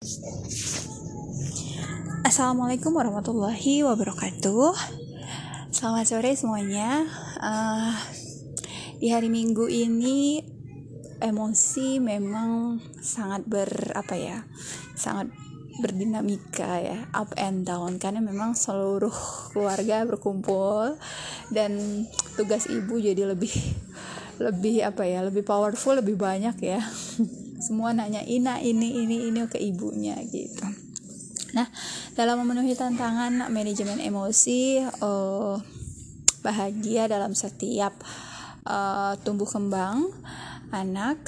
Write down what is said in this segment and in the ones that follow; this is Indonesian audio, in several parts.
Assalamualaikum warahmatullahi wabarakatuh. Selamat sore semuanya. Di hari Minggu ini emosi memang sangat sangat berdinamika ya, up and down, karena memang seluruh keluarga berkumpul dan tugas ibu jadi lebih powerful, lebih banyak ya. Semua nanya ini ke ibunya gitu. Nah, dalam memenuhi tantangan manajemen emosi, bahagia dalam setiap tumbuh kembang anak,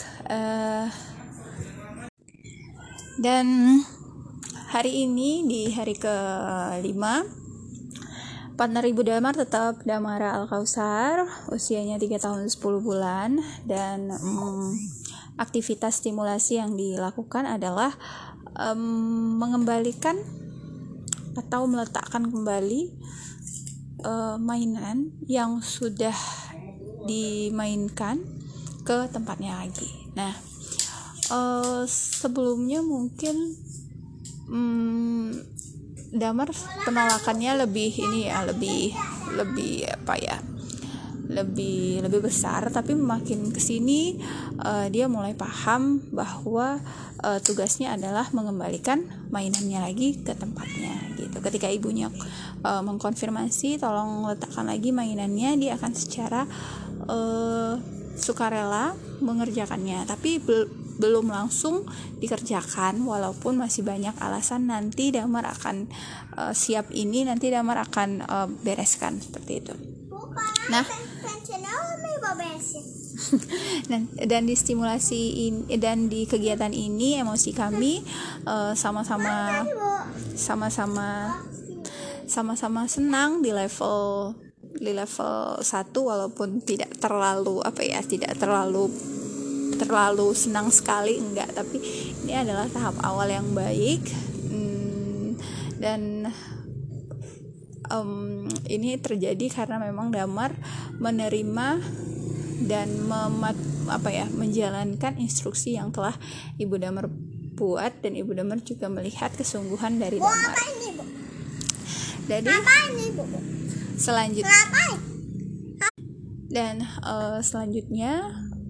dan hari ini di hari ke-5, partner Ibu Damar tetap Damara Al-Kausar, usianya 3 tahun 10 bulan, dan aktivitas stimulasi yang dilakukan adalah mengembalikan atau meletakkan kembali mainan yang sudah dimainkan ke tempatnya lagi. Nah, sebelumnya mungkin Damar penolakannya lebih besar, tapi makin kesini dia mulai paham bahwa tugasnya adalah mengembalikan mainannya lagi ke tempatnya gitu. Ketika ibunya mengkonfirmasi tolong letakkan lagi mainannya, dia akan secara sukarela mengerjakannya, tapi belum langsung dikerjakan, walaupun masih banyak alasan. Nanti Damar akan nanti Damar akan bereskan seperti itu. Nah, dan di stimulasi dan di kegiatan ini emosi kami sama-sama senang di level 1, walaupun tidak terlalu senang sekali, enggak, tapi ini adalah tahap awal yang baik. Dan ini terjadi karena memang Damar menerima dan menjalankan instruksi yang telah Ibu Damar buat, dan Ibu Damar juga melihat kesungguhan dari Damar. Jadi selanjutnya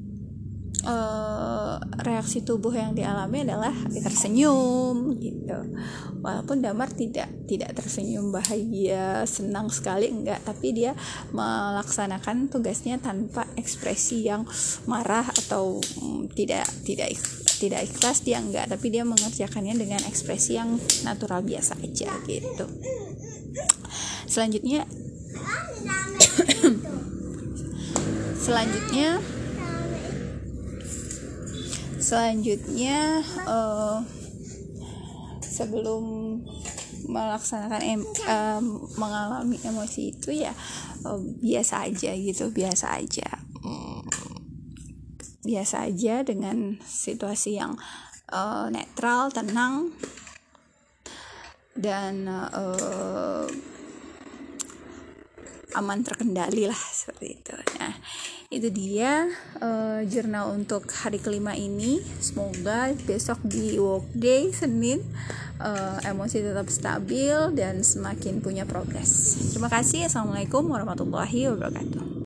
reaksi tubuh yang dialami adalah tersenyum gitu. Walaupun Damar tidak tersenyum bahagia, senang sekali, enggak, tapi dia melaksanakan tugasnya tanpa ekspresi yang marah atau tidak ikhlas, dia enggak, tapi dia mengerjakannya dengan ekspresi yang natural biasa aja gitu. Selanjutnya sebelum melaksanakan mengalami emosi itu ya biasa aja dengan situasi yang netral, tenang, dan aman, terkendali lah, seperti itu. Nah, itu dia jurnal untuk hari ke-5 ini. Semoga besok di workday Senin emosi tetap stabil dan semakin punya progres. Terima kasih. Assalamualaikum warahmatullahi wabarakatuh.